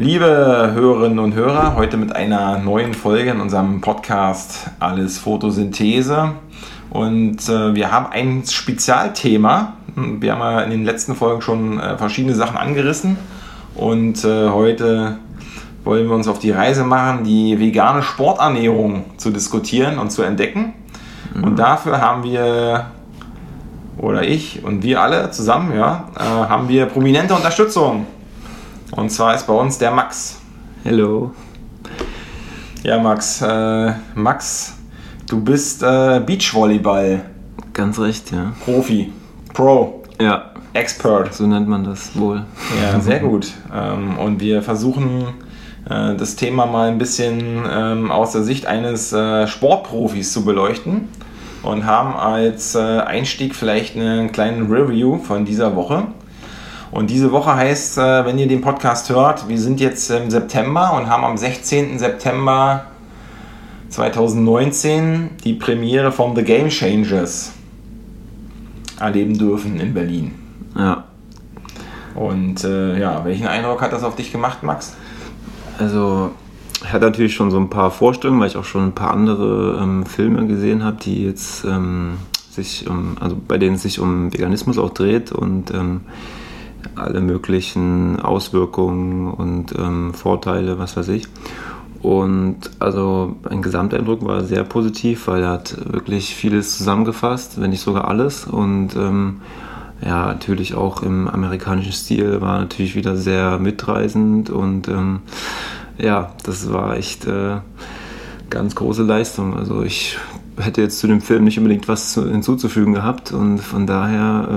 Liebe Hörerinnen und Hörer, heute mit einer neuen Folge in unserem Podcast Alles Photosynthese. Und wir haben ein Spezialthema. Wir haben ja in den letzten Folgen schon verschiedene Sachen angerissen. Und heute wollen wir uns auf die Reise machen, die vegane Sporternährung zu diskutieren und zu entdecken. Und dafür haben wir, oder ich und wir alle zusammen, haben wir prominente Unterstützung. Und zwar ist bei uns der Max. Hello. Ja, Max, du bist Beachvolleyball. Ganz recht, ja. Profi. Pro. Ja. Expert. So nennt man das wohl. Ja, sehr gut. Und wir versuchen das Thema mal ein bisschen aus der Sicht eines Sportprofis zu beleuchten und haben als Einstieg vielleicht einen kleinen Review von dieser Woche. Und diese Woche heißt, wenn ihr den Podcast hört, wir sind jetzt im September und haben am 16. September 2019 die Premiere von The Game Changers erleben dürfen in Berlin. Ja. Und welchen Eindruck hat das auf dich gemacht, Max? Also, ich hatte natürlich schon so ein paar Vorstellungen, weil ich auch schon ein paar andere Filme gesehen habe, die jetzt bei denen es sich um Veganismus auch dreht und alle möglichen Auswirkungen und Vorteile, was weiß ich. Und also ein Gesamteindruck war sehr positiv, weil er hat wirklich vieles zusammengefasst, wenn nicht sogar alles. Und natürlich auch im amerikanischen Stil war natürlich wieder sehr mitreißend. Und das war echt ganz große Leistung. Also ich hätte jetzt zu dem Film nicht unbedingt was hinzuzufügen gehabt. Und von daher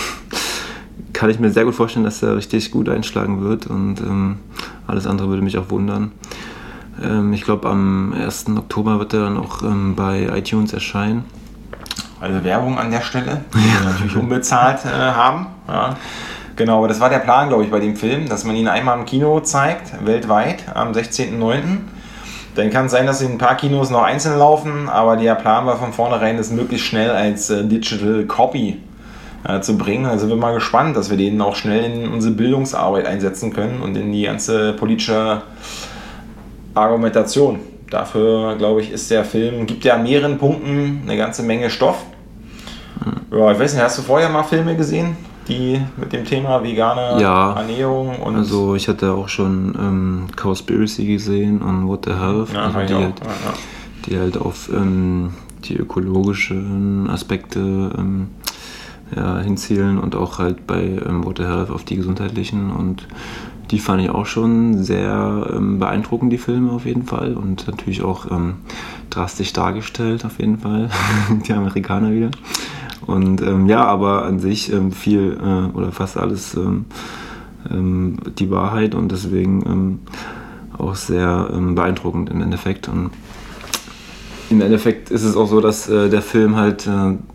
kann ich mir sehr gut vorstellen, dass er richtig gut einschlagen wird und alles andere würde mich auch wundern. Ich glaube, am 1. Oktober wird er dann auch bei iTunes erscheinen. Also Werbung an der Stelle, die wir natürlich unbezahlt haben. Ja. Genau, aber das war der Plan, glaube ich, bei dem Film, dass man ihn einmal im Kino zeigt, weltweit, am 16.09. Dann kann es sein, dass in ein paar Kinos noch einzeln laufen, aber der Plan war von vornherein, das möglichst schnell als Digital Copy zu bringen. Also sind wir mal gespannt, dass wir den auch schnell in unsere Bildungsarbeit einsetzen können und in die ganze politische Argumentation. Dafür, glaube ich, ist der Film, gibt ja an mehreren Punkten eine ganze Menge Stoff. Ja, ich weiß nicht, hast du vorher mal Filme gesehen, die mit dem Thema vegane Ernährung und... Also ich hatte auch schon Cowspiracy gesehen und What the Health, die halt auf die ökologischen Aspekte hinzielen und auch halt bei What the Health auf die gesundheitlichen, und die fand ich auch schon sehr beeindruckend, die Filme auf jeden Fall, und natürlich auch drastisch dargestellt auf jeden Fall, die Amerikaner wieder. Und aber an sich viel oder fast alles die Wahrheit und deswegen auch sehr beeindruckend im Endeffekt. Und im Endeffekt ist es auch so, dass der Film halt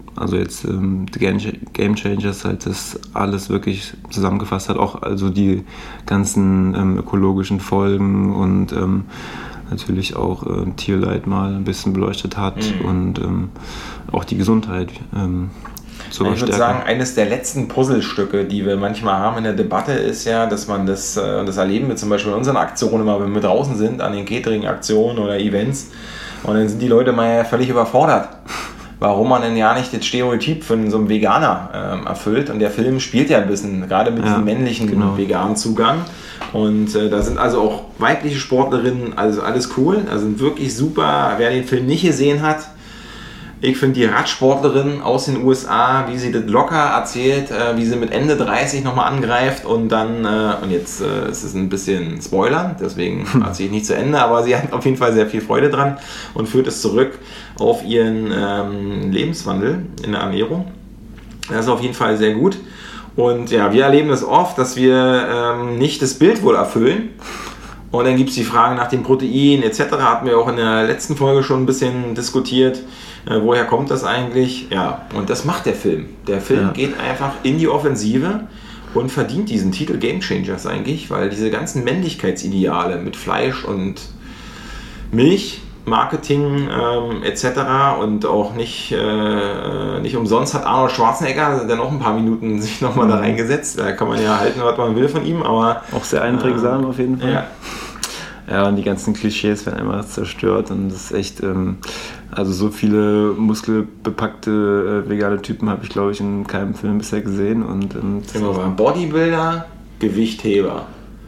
The Game Changers halt das alles wirklich zusammengefasst hat, auch also die ganzen ökologischen Folgen und natürlich auch Tierleid mal ein bisschen beleuchtet hat und auch die Gesundheit ich würde sagen, eines der letzten Puzzlestücke, die wir manchmal haben in der Debatte, ist ja, dass man das erleben wir zum Beispiel in unseren Aktionen immer, wenn wir draußen sind, an den Catering-Aktionen oder Events, und dann sind die Leute mal ja völlig überfordert, warum man denn ja nicht das Stereotyp von so einem Veganer erfüllt. Und der Film spielt ja ein bisschen, gerade mit diesem männlichen veganen Zugang. Und da sind also auch weibliche Sportlerinnen, also alles cool, also sind wirklich super. Wer den Film nicht gesehen hat, ich finde die Radsportlerin aus den USA, wie sie das locker erzählt, wie sie mit Ende 30 nochmal angreift und dann, und jetzt ist es ein bisschen Spoilern, deswegen erzähle ich nicht zu Ende, aber sie hat auf jeden Fall sehr viel Freude dran und führt es zurück auf ihren Lebenswandel in der Ernährung. Das ist auf jeden Fall sehr gut. Und ja, wir erleben das oft, dass wir nicht das Bild wohl erfüllen. Und dann gibt es die Frage nach den Proteinen etc. Hatten wir auch in der letzten Folge schon ein bisschen diskutiert. Woher kommt das eigentlich? Ja, und das macht der Film. Der Film geht einfach in die Offensive und verdient diesen Titel Game Changers eigentlich, weil diese ganzen Männlichkeitsideale mit Fleisch und Milch, Marketing etc. Und auch nicht umsonst hat Arnold Schwarzenegger dann auch ein paar Minuten sich nochmal da reingesetzt. Da kann man ja halten, was man will von ihm, aber... Auch sehr einprägsam auf jeden Fall. Ja, und die ganzen Klischees werden einfach zerstört und das ist echt, also so viele muskelbepackte vegane Typen habe ich, glaube ich, in keinem Film bisher gesehen. Und Bodybuilder, Gewichtheber.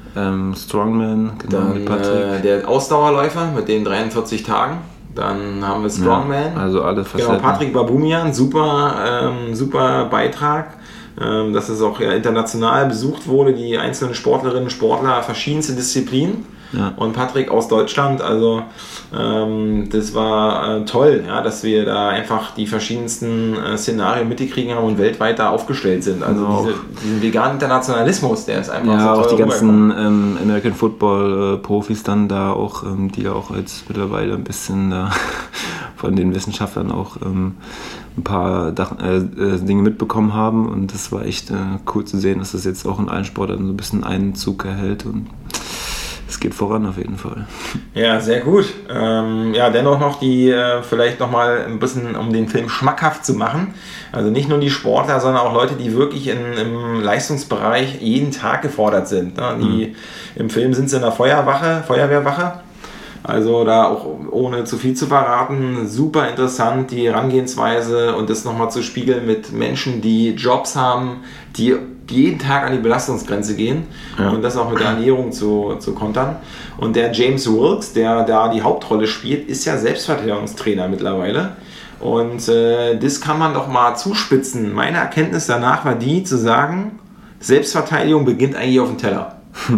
Strongman, genau, dann, mit Patrick. Der Ausdauerläufer mit den 43 Tagen. Dann haben wir Strongman. Ja, also alle Facetten. Genau, Patrick Baboumian, super Beitrag. Dass es auch international besucht wurde, die einzelnen Sportlerinnen und Sportler, verschiedenste Disziplinen. Ja. Und Patrick aus Deutschland, also das war toll, ja, dass wir da einfach die verschiedensten Szenarien mitgekriegt haben und weltweit da aufgestellt sind. Also diesen veganen Internationalismus, der ist einfach ja, so toll. Auch die ganzen American Football Profis dann da auch, die da auch jetzt mittlerweile ein bisschen von den Wissenschaftlern auch ein paar Dinge mitbekommen haben und das war echt cool zu sehen, dass das jetzt auch in allen Sportarten so ein bisschen Einzug erhält und es geht voran auf jeden Fall. Ja, sehr gut. Dennoch noch die, vielleicht nochmal ein bisschen, um den Film schmackhaft zu machen. Also nicht nur die Sportler, sondern auch Leute, die wirklich im Leistungsbereich jeden Tag gefordert sind. Ne? Im Film sind sie in der Feuerwehrwache. Also da auch ohne zu viel zu verraten, super interessant die Herangehensweise und das nochmal zu spiegeln mit Menschen, die Jobs haben, die jeden Tag an die Belastungsgrenze gehen und das auch mit der Ernährung zu kontern. Und der James Wilkes, der da die Hauptrolle spielt, ist ja Selbstverteidigungstrainer mittlerweile. Und das kann man doch mal zuspitzen. Meine Erkenntnis danach war die, zu sagen, Selbstverteidigung beginnt eigentlich auf dem Teller.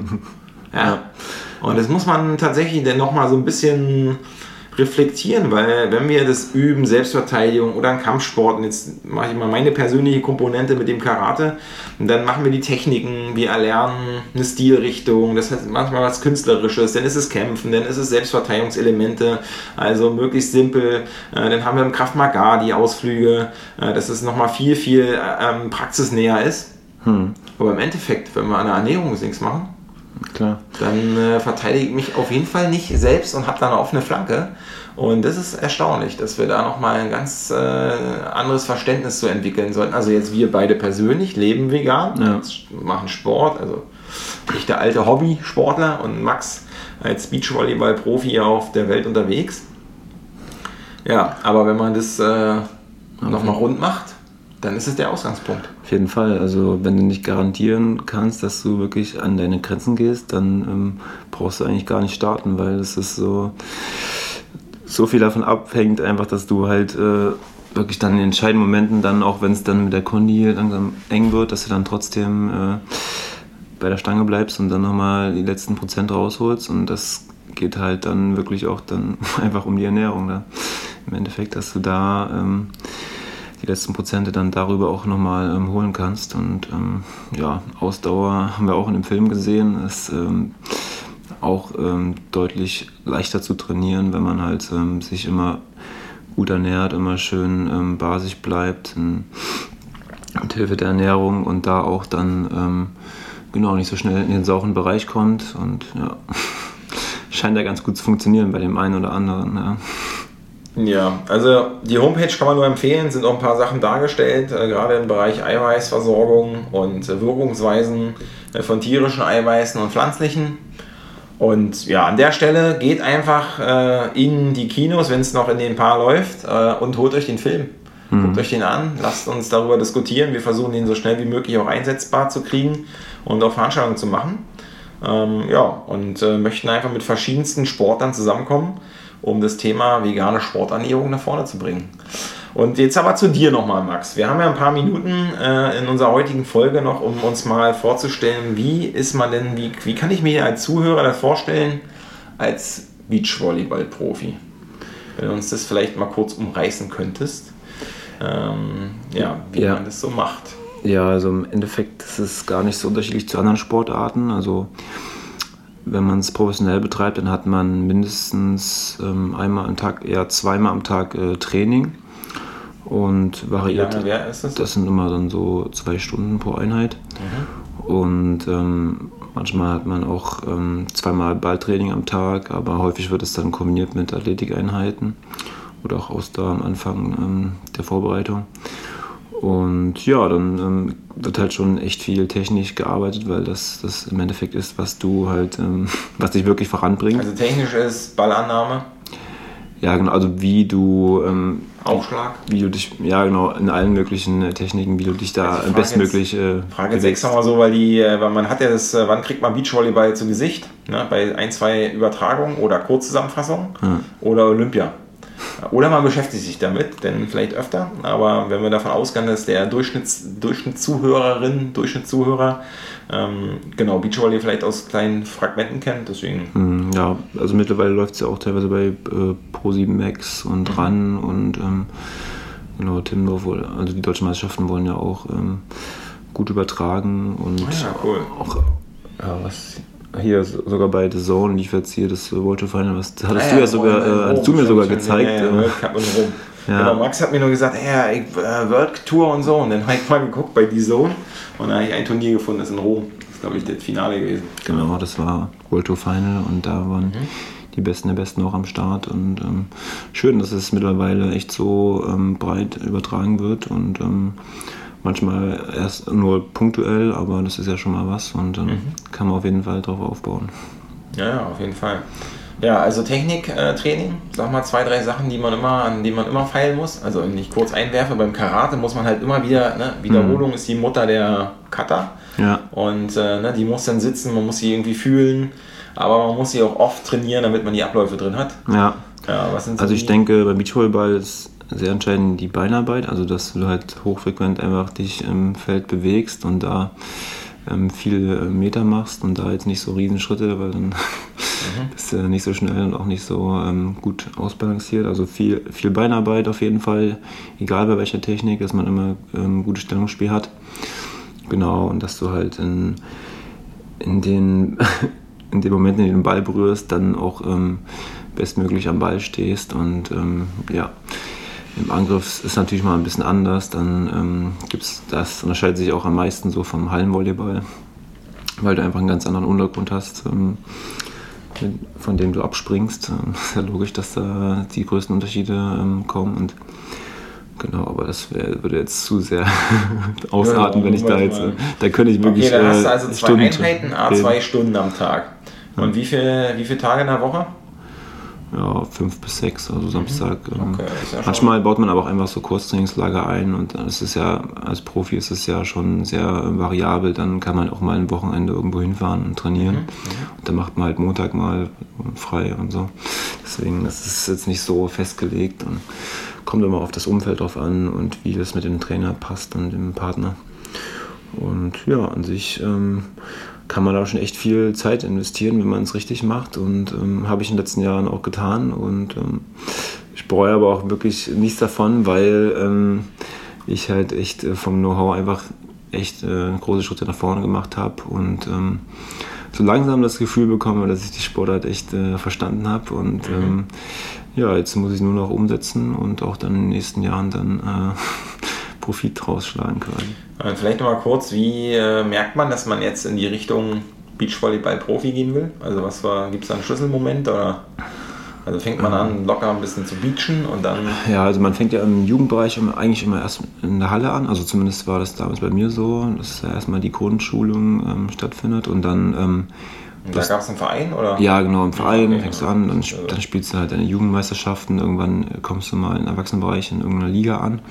Ja. Und das muss man tatsächlich dann nochmal so ein bisschen reflektieren, weil wenn wir das üben, Selbstverteidigung oder einen Kampfsport, und jetzt mache ich mal meine persönliche Komponente mit dem Karate, und dann machen wir die Techniken, wir erlernen eine Stilrichtung, das heißt manchmal was Künstlerisches, dann ist es Kämpfen, dann ist es Selbstverteidigungselemente, also möglichst simpel, dann haben wir im Krav Maga die Ausflüge, dass es nochmal viel praxisnäher ist. Aber im Endeffekt, wenn wir an der Ernährung nichts machen, klar, dann verteidige ich mich auf jeden Fall nicht selbst und habe da eine offene Flanke. Und das ist erstaunlich, dass wir da nochmal ein ganz anderes Verständnis zu entwickeln sollten. Also jetzt wir beide persönlich leben vegan, machen Sport, also ich der alte Hobby-Sportler und Max als Beachvolleyball-Profi auf der Welt unterwegs. Ja, aber wenn man das nochmal rund macht, dann ist es der Ausgangspunkt. Auf jeden Fall. Also wenn du nicht garantieren kannst, dass du wirklich an deine Grenzen gehst, dann brauchst du eigentlich gar nicht starten, weil es ist so viel davon abhängt, einfach, dass du halt wirklich dann in den entscheidenden Momenten dann, auch wenn es dann mit der Kondi langsam eng wird, dass du dann trotzdem bei der Stange bleibst und dann nochmal die letzten Prozent rausholst und das geht halt dann wirklich auch dann einfach um die Ernährung. Da. Im Endeffekt, dass du da die letzten Prozente dann darüber auch nochmal holen kannst. Und Ausdauer haben wir auch in dem Film gesehen, ist auch deutlich leichter zu trainieren, wenn man halt sich immer gut ernährt, immer schön basisch bleibt mit Hilfe der Ernährung und da auch dann nicht so schnell in den sauren Bereich kommt. Und ja, scheint ja ganz gut zu funktionieren bei dem einen oder anderen. Ja. Ja, also die Homepage kann man nur empfehlen, sind auch ein paar Sachen dargestellt, gerade im Bereich Eiweißversorgung und Wirkungsweisen von tierischen Eiweißen und pflanzlichen. Und ja, an der Stelle geht einfach in die Kinos, wenn es noch in den paar läuft, und holt euch den Film. Guckt euch den an, lasst uns darüber diskutieren. Wir versuchen den so schnell wie möglich auch einsetzbar zu kriegen und auch Veranstaltungen zu machen. Möchten einfach mit verschiedensten Sportlern zusammenkommen, um das Thema vegane Sporternährung nach vorne zu bringen. Und jetzt aber zu dir nochmal, Max. Wir haben ja ein paar Minuten in unserer heutigen Folge noch, um uns mal vorzustellen, wie kann ich mir als Zuhörer das vorstellen, als Beachvolleyball-Profi? Wenn du uns das vielleicht mal kurz umreißen könntest, wie man das so macht. Ja, also im Endeffekt ist es gar nicht so unterschiedlich zu anderen Sportarten. Also wenn man es professionell betreibt, dann hat man mindestens einmal am Tag, eher zweimal am Tag Training und variiert. Wie ist das? Das sind immer dann so 2 Stunden pro Einheit. Und Manchmal hat man auch 2-mal Balltraining am Tag, aber häufig wird es dann kombiniert mit Athletikeinheiten oder auch Ausdauer am Anfang der Vorbereitung. Und ja, dann wird halt schon echt viel technisch gearbeitet, weil das im Endeffekt ist, was du halt, was dich wirklich voranbringt. Also technisch ist Ballannahme? Ja, genau, also wie du Aufschlag? Wie du dich, ja genau, in allen möglichen Techniken, wie du dich da bestmöglich Frage jetzt extra mal so, weil man hat ja das, wann kriegt man Beachvolleyball zu Gesicht? Ne? Bei 1-2 Übertragungen oder Kurzzusammenfassungen oder Olympia. Oder man beschäftigt sich damit, denn vielleicht öfter, aber wenn wir davon ausgehen, dass der Durchschnittszuhörer Beachvolley vielleicht aus kleinen Fragmenten kennt, deswegen. Ja, also mittlerweile läuft es ja auch teilweise bei Pro7 Max und RAN und Timmendorf, also die deutschen Meisterschaften wollen ja auch gut übertragen und cool. Auch hier sogar bei The Zone lief jetzt hier das World Tour Final, was hattest du mir sogar gezeigt. Ja, World Cup in Rom. Ja. Genau, Max hat mir nur gesagt, World Tour und so, und dann habe ich mal geguckt bei The Zone und dann habe ich ein Turnier gefunden, das ist in Rom. Das ist, glaube ich, das Finale gewesen. Genau, das war World Tour Final und da waren die Besten der Besten auch am Start und schön, dass es mittlerweile echt so breit übertragen wird und manchmal erst nur punktuell, aber das ist ja schon mal was und dann kann man auf jeden Fall drauf aufbauen. Ja, auf jeden Fall. Ja, also Techniktraining, sag mal 2-3 Sachen, an denen man immer feilen muss. Also wenn ich kurz einwerfe, beim Karate muss man halt immer wieder, Wiederholung ist die Mutter der Kata. Ja. Und die muss dann sitzen, man muss sie irgendwie fühlen, aber man muss sie auch oft trainieren, damit man die Abläufe drin hat. Ja. Was sind so also ich denke, beim Beachvolleyball ist sehr entscheidend die Beinarbeit, also dass du halt hochfrequent einfach dich im Feld bewegst und da viel Meter machst und da jetzt nicht so Riesenschritte, weil dann bist du nicht so schnell und auch nicht so gut ausbalanciert. Also viel Beinarbeit auf jeden Fall, egal bei welcher Technik, dass man immer ein gutes Stellungsspiel hat. Genau, und dass du halt in den Momenten, in denen du den Ball berührst, dann auch bestmöglich am Ball stehst und im Angriff ist es natürlich mal ein bisschen anders, dann das unterscheidet sich auch am meisten so vom Hallenvolleyball, weil du einfach einen ganz anderen Untergrund hast, von dem du abspringst. Ist ja logisch, dass da die größten Unterschiede kommen und genau, aber das würde jetzt zu sehr ausarten, wenn ich da jetzt, da könnte ich wirklich dann hast du also 2 Einheiten, 2 Stunden am Tag. Und wie viele Tage in der Woche? Ja, 5 bis 6, also Samstag. Manchmal baut man aber auch einfach so Kurztrainingslager ein und es ist ja, als Profi ist es ja schon sehr variabel, dann kann man auch mal ein Wochenende irgendwo hinfahren und trainieren. Und dann macht man halt Montag mal frei und so. Deswegen, das ist jetzt nicht so festgelegt und kommt immer auf das Umfeld drauf an und wie das mit dem Trainer passt und dem Partner. Und ja, an sich kann man da schon echt viel Zeit investieren, wenn man es richtig macht und habe ich in den letzten Jahren auch getan und ich bereue aber auch wirklich nichts davon, weil ich halt echt vom Know-how einfach echt große Schritte nach vorne gemacht habe und so langsam das Gefühl bekomme, dass ich die Sportart echt verstanden habe und jetzt muss ich nur noch umsetzen und auch dann in den nächsten Jahren dann Profit rausschlagen quasi. Und vielleicht nochmal kurz, wie merkt man, dass man jetzt in die Richtung Beachvolleyball-Profi gehen will? Also gibt es da einen Schlüsselmoment oder? Also fängt man an, locker ein bisschen zu beachen und dann... Ja, also man fängt ja im Jugendbereich eigentlich immer erst in der Halle an, also zumindest war das damals bei mir so, dass erstmal die Grundschulung stattfindet und dann... und da gab es einen Verein, oder? Ja, genau, im Verein fängst du an, dann spielst du halt deine Jugendmeisterschaften, irgendwann kommst du mal im Erwachsenenbereich in irgendeiner Liga an.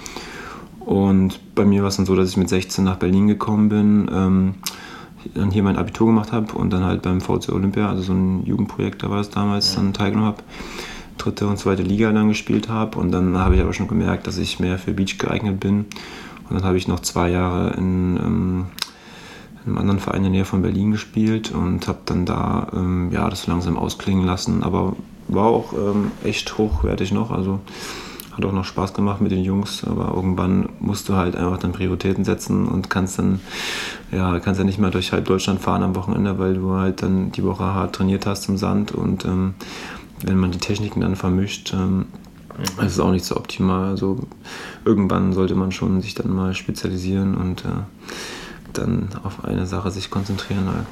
Und bei mir war es dann so, dass ich mit 16 nach Berlin gekommen bin, dann hier mein Abitur gemacht habe und dann halt beim VC Olympia, also so ein Jugendprojekt, da war es damals, dann teilgenommen habe, 3. und 2. Liga dann gespielt habe und dann habe ich aber schon gemerkt, dass ich mehr für Beach geeignet bin und dann habe ich noch 2 Jahre in einem anderen Verein in der Nähe von Berlin gespielt und habe dann da das langsam ausklingen lassen, aber war auch echt hochwertig noch, also hat auch noch Spaß gemacht mit den Jungs, aber irgendwann musst du halt einfach dann Prioritäten setzen und kannst ja nicht mehr durch halb Deutschland fahren am Wochenende, weil du halt dann die Woche hart trainiert hast im Sand und wenn man die Techniken dann vermischt, ist es auch nicht so optimal. Also irgendwann sollte man schon sich dann mal spezialisieren und dann auf eine Sache sich konzentrieren, weil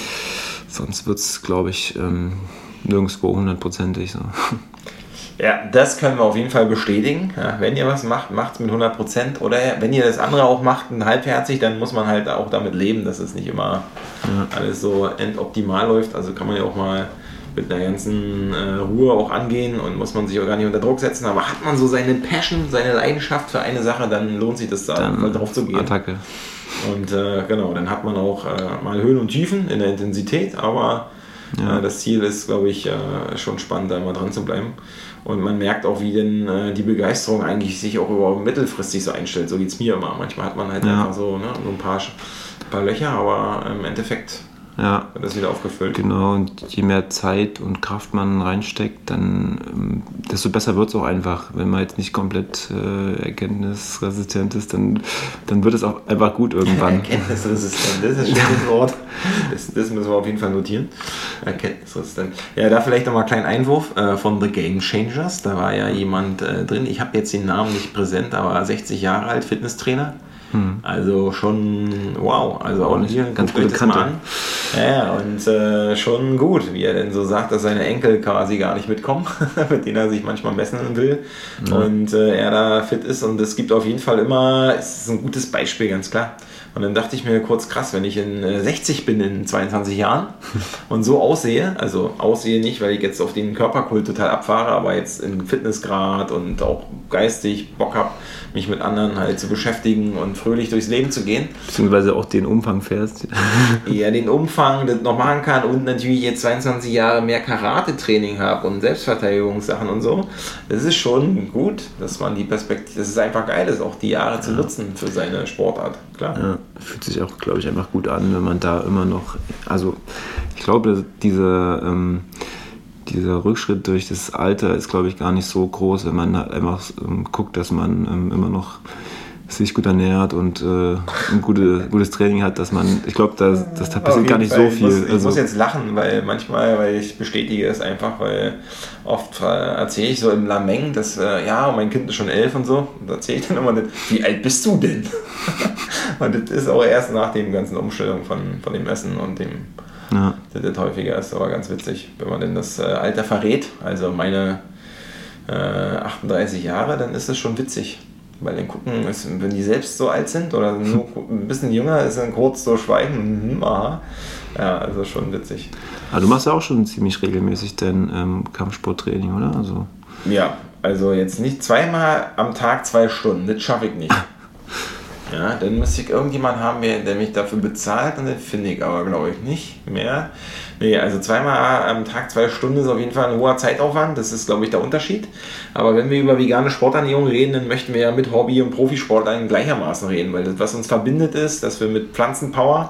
sonst wird es, glaube ich, nirgendwo 100%ig so. Ja, das können wir auf jeden Fall bestätigen. Ja, wenn ihr was macht, macht es mit 100%. Oder wenn ihr das andere auch macht, halbherzig, dann muss man halt auch damit leben, dass es nicht immer alles so endoptimal läuft. Also kann man ja auch mal mit einer ganzen Ruhe auch angehen und muss man sich auch gar nicht unter Druck setzen. Aber hat man so seine Passion, seine Leidenschaft für eine Sache, dann lohnt sich das da mal drauf zu gehen. Attacke. Und genau, dann hat man auch mal Höhen und Tiefen in der Intensität, aber das Ziel ist, glaube ich, schon spannend, da mal dran zu bleiben. Und man merkt auch, wie denn die Begeisterung eigentlich sich auch über mittelfristig so einstellt. So geht es mir immer. Manchmal hat man halt einfach so ein paar Löcher, aber im Endeffekt wird das wieder aufgefüllt. Genau, und je mehr Zeit und Kraft man reinsteckt, dann desto besser wird es auch einfach. Wenn man jetzt nicht komplett erkenntnisresistent ist, dann wird es auch einfach gut irgendwann. Erkenntnisresistent, das ist ein schönes Wort. Das müssen wir auf jeden Fall notieren. Erkenntnisresistent. Ja, da vielleicht nochmal einen kleinen Einwurf von The Game Changers. Da war ja jemand drin, ich habe jetzt den Namen nicht präsent, aber 60 Jahre alt, Fitnesstrainer. Also schon, wow, also auch hier ganz gute Kante. Ja, und schon gut, wie er denn so sagt, dass seine Enkel quasi gar nicht mitkommen, mit denen er sich manchmal messen will und er da fit ist und es gibt auf jeden Fall immer, es ist ein gutes Beispiel, ganz klar. Und dann dachte ich mir kurz, krass, wenn ich in 60 bin in 22 Jahren und so aussehe, also aussehe nicht, weil ich jetzt auf den Körperkult total abfahre, aber jetzt in Fitnessgrad und auch geistig Bock habe, mich mit anderen halt zu beschäftigen und fröhlich durchs Leben zu gehen. Beziehungsweise auch den Umfang fährst. Ja, den Umfang, das noch machen kann und natürlich jetzt 22 Jahre mehr Karate-Training habe und Selbstverteidigungssachen und so. Das ist schon gut, dass man die Perspektive, das ist einfach geil, das auch die Jahre zu nutzen für seine Sportart. Klar. Ja, fühlt sich auch, glaube ich, einfach gut an, wenn man da immer noch, also ich glaube, dieser Rückschritt durch das Alter ist, glaube ich, gar nicht so groß, wenn man halt einfach guckt, dass man immer noch sich gut ernährt und ein gutes Training hat, dass man, ich glaube, da passiert gar nicht so viel. Ich muss jetzt lachen, weil ich bestätige es einfach, weil oft erzähle ich so im Lameng, dass mein Kind ist schon 11 und so, und da erzähle ich dann immer nicht, wie alt bist du denn? Und das ist auch erst nach dem ganzen Umstellung von dem Essen und dem das häufiger ist, aber ganz witzig, wenn man denn das Alter verrät, also meine 38 Jahre, dann ist das schon witzig. Weil dann gucken, wenn die selbst so alt sind oder nur ein bisschen jünger, ist dann kurz so schweigen. Aha. Ja, also schon witzig. Aber du machst ja auch schon ziemlich regelmäßig dein Kampfsporttraining, oder? Also. Ja, also jetzt nicht zweimal am Tag 2 Stunden, das schaffe ich nicht. Ja, dann müsste ich irgendjemanden haben, der mich dafür bezahlt und das finde ich aber, glaube ich, nicht mehr. Nee, also zweimal am Tag 2 Stunden ist auf jeden Fall ein hoher Zeitaufwand, das ist, glaube ich, der Unterschied. Aber wenn wir über vegane Sporternährung reden, dann möchten wir ja mit Hobby- und Profisportlern gleichermaßen reden, weil das, was uns verbindet, ist, dass wir mit Pflanzenpower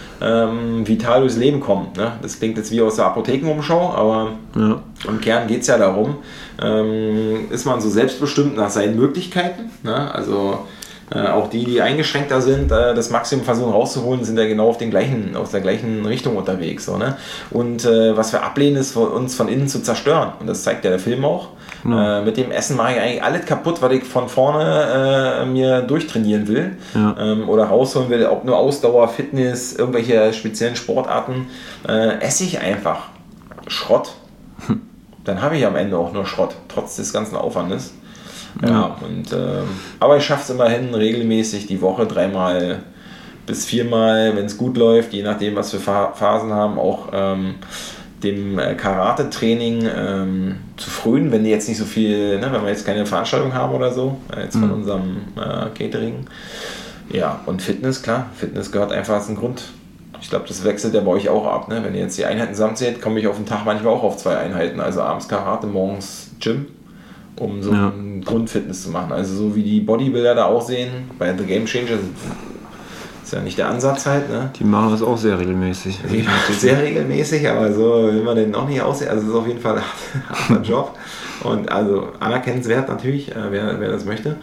vital durchs Leben kommen. Ne? Das klingt jetzt wie aus der Apothekenumschau, aber im Kern geht es ja darum, ist man so selbstbestimmt nach seinen Möglichkeiten, ne? Also auch die eingeschränkter sind, das Maximum versuchen rauszuholen, sind ja genau aus der gleichen Richtung unterwegs. So, ne? Und was wir ablehnen, ist uns von innen zu zerstören. Und das zeigt ja der Film auch. Mit dem Essen mache ich eigentlich alles kaputt, was ich von vorne mir durchtrainieren will oder rausholen will. Ob nur Ausdauer, Fitness, irgendwelche speziellen Sportarten, esse ich einfach Schrott. Dann habe ich am Ende auch nur Schrott, trotz des ganzen Aufwandes. Ja, und aber ich schaffe es immerhin regelmäßig die Woche 3 bis 4 Mal, wenn es gut läuft, je nachdem, was wir Phasen haben, auch dem Karate-Training zu frönen, wenn die jetzt nicht so viel, ne, wenn wir jetzt keine Veranstaltung haben oder so, jetzt von unserem Catering. Ja, und Fitness, klar, Fitness gehört einfach als ein Grund. Ich glaube, das wechselt ja bei euch auch ab, ne? Wenn ihr jetzt die Einheiten zusammenzählt, komme ich auf den Tag manchmal auch auf 2 Einheiten, also abends Karate, morgens Gym, um so ein Grundfitness zu machen. Also so wie die Bodybuilder da aussehen, bei The Game Changers ist ja nicht der Ansatz halt. Ne? Die machen das auch sehr regelmäßig. Die machen sehr regelmäßig, aber so will man denn noch nicht aussehen. Also es ist auf jeden Fall ein harter Job. Und also anerkennenswert natürlich, wer das möchte.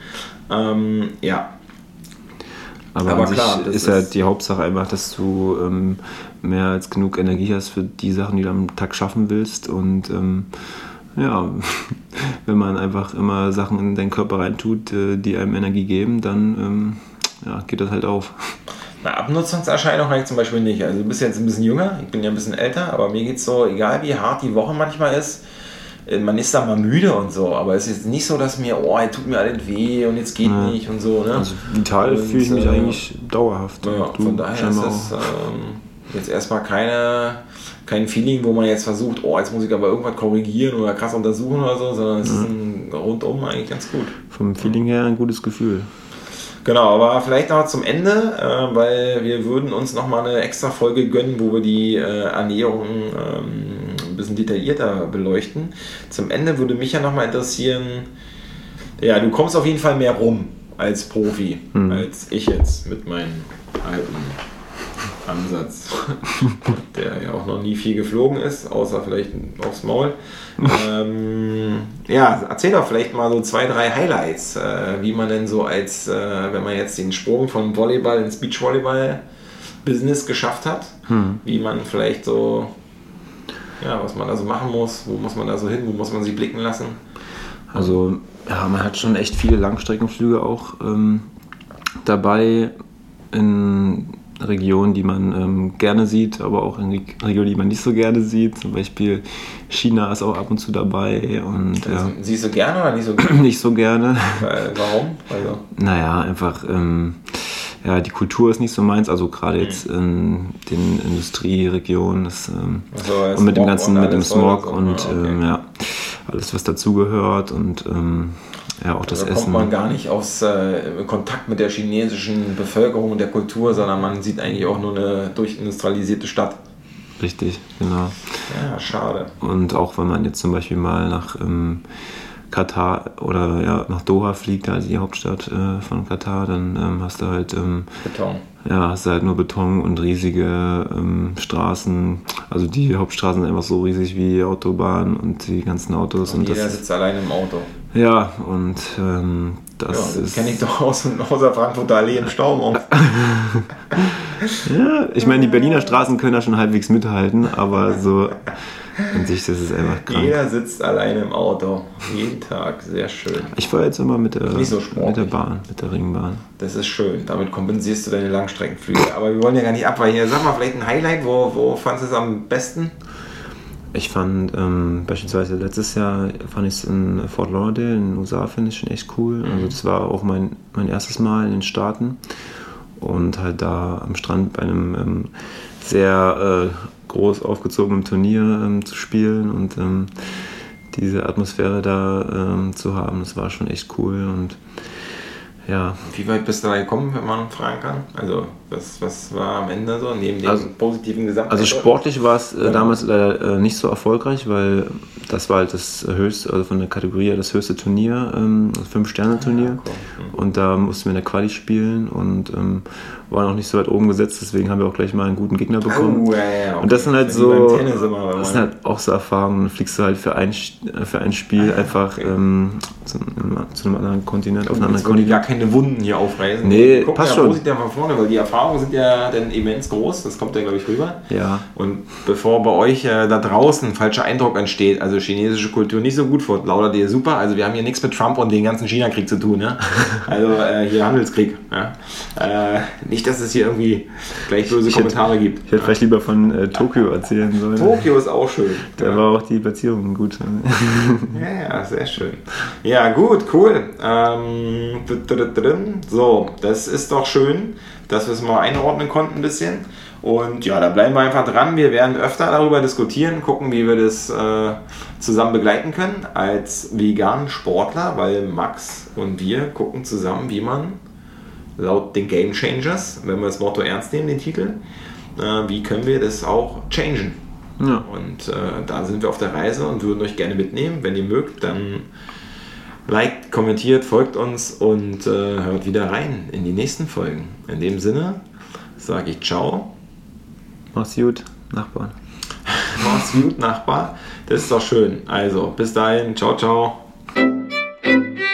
Ja. Aber klar, ist ja die Hauptsache einfach, dass du mehr als genug Energie hast für die Sachen, die du am Tag schaffen willst. Und ja, wenn man einfach immer Sachen in deinen Körper reintut, die einem Energie geben, dann geht das halt auf. Eine Abnutzungserscheinung habe ich zum Beispiel nicht. Also du bist jetzt ein bisschen jünger, ich bin ja ein bisschen älter, aber mir geht es so, egal wie hart die Woche manchmal ist, man ist da mal müde und so, aber es ist jetzt nicht so, dass mir, tut mir alles weh und jetzt geht nicht und so. Ne? Also vital fühle ich mich eigentlich dauerhaft. Ja, von daher ist das jetzt erstmal kein Feeling, wo man jetzt versucht, jetzt muss ich aber irgendwas korrigieren oder krass untersuchen oder so, sondern es ist rundum eigentlich ganz gut. Vom Feeling her ein gutes Gefühl. Genau, aber vielleicht noch zum Ende, weil wir würden uns nochmal eine extra Folge gönnen, wo wir die Ernährung ein bisschen detaillierter beleuchten. Zum Ende würde mich ja nochmal interessieren, ja, du kommst auf jeden Fall mehr rum als Profi, als ich jetzt mit meinem alten Ansatz, der ja auch noch nie viel geflogen ist, außer vielleicht aufs Maul. Ja, erzähl doch vielleicht mal so 2, 3 Highlights, wie man denn so wenn man jetzt den Sprung vom Volleyball ins Beachvolleyball-Business geschafft hat, wie man vielleicht so, ja, was man da so machen muss, wo muss man da so hin, wo muss man sich blicken lassen? Also, ja, man hat schon echt viele Langstreckenflüge auch dabei in Regionen, die man gerne sieht, aber auch in Regionen, die man nicht so gerne sieht. Zum Beispiel China ist auch ab und zu dabei. Und, also, siehst du gerne oder nicht so gerne? Nicht so gerne. Warum? Also. Naja, einfach die Kultur ist nicht so meins, also gerade jetzt in den Industrieregionen und mit dem ganzen, mit dem Smog und alles, was dazugehört und auch das Essen. Da kommt man gar nicht aus Kontakt mit der chinesischen Bevölkerung und der Kultur, sondern man sieht eigentlich auch nur eine durchindustrialisierte Stadt. Richtig, genau. Ja, schade. Und auch wenn man jetzt zum Beispiel mal nach Katar oder nach Doha fliegt, also die Hauptstadt von Katar, dann hast du halt Beton. Ja, hast du halt nur Beton und riesige Straßen. Also die Hauptstraßen sind einfach so riesig wie Autobahnen und die ganzen Autos. Und jeder sitzt alleine im Auto. Ja, und das kenne ich doch aus der Frankfurter Allee im Stau. Ja, ich meine, die Berliner Straßen können da schon halbwegs mithalten, aber so an sich, das ist einfach krank. Jeder sitzt alleine im Auto. Jeden Tag. Sehr schön. Ich fahre jetzt immer mit der Bahn, mit der Ringbahn. Das ist schön. Damit kompensierst du deine Langstreckenflüge. Aber wir wollen ja gar nicht abweichen. Sag mal vielleicht ein Highlight. Wo fandest du es am besten? Ich fand beispielsweise letztes Jahr fand ich es in Fort Lauderdale in den USA, finde ich schon echt cool. Also das war auch mein erstes Mal in den Staaten. Und halt da am Strand bei einem sehr groß aufgezogenen Turnier zu spielen und diese Atmosphäre da zu haben, das war schon echt cool. Und ja. Wie weit bist du da gekommen, wenn man fragen kann? Also was war am Ende so, neben dem positiven Gesamteindruck? Also sportlich war es damals leider nicht so erfolgreich, weil das war halt das höchste, also von der Kategorie das höchste Turnier, das 5-Sterne-Turnier. Ja, cool. Und da mussten wir in der Quali spielen und waren auch nicht so weit oben gesetzt, deswegen haben wir auch gleich mal einen guten Gegner bekommen. Oh, ja, okay. Und das sind halt so, das sind halt auch so Erfahrungen, dann fliegst du halt für ein Spiel einfach zu einem anderen Kontinent, auf einen anderen Kontinent. Gar keine Wunden hier aufreißen. Nee, passt schon. Positiv von vorne, weil die Erfahrungen sind ja dann immens groß, das kommt ja, glaube ich, rüber. Ja. Und bevor bei euch da draußen ein falscher Eindruck entsteht, also chinesische Kultur nicht so gut, Fort Lauderdale super, also wir haben hier nichts mit Trump und den ganzen China-Krieg zu tun, ne? Also hier Handelskrieg. Ja? Nicht, dass es hier irgendwie gleich böse Kommentare gibt. Ich hätte vielleicht lieber von Tokio erzählen sollen. Tokio ist auch schön. Da war auch die Platzierung gut. Ja, sehr schön. Ja, gut, cool. So, das ist doch schön, dass wir es mal einordnen konnten ein bisschen. Und ja, da bleiben wir einfach dran. Wir werden öfter darüber diskutieren, gucken, wie wir das zusammen begleiten können als veganen Sportler, weil Max und wir gucken zusammen, wie man laut den Game Changers, wenn wir das Motto ernst nehmen, den Titel, wie können wir das auch changen. Ja. Und da sind wir auf der Reise und würden euch gerne mitnehmen. Wenn ihr mögt, dann liked, kommentiert, folgt uns und hört wieder rein in die nächsten Folgen. In dem Sinne sage ich ciao. Mach's gut, Nachbarn. Mach's gut, Nachbar. Das ist doch schön. Also, bis dahin. Ciao, ciao.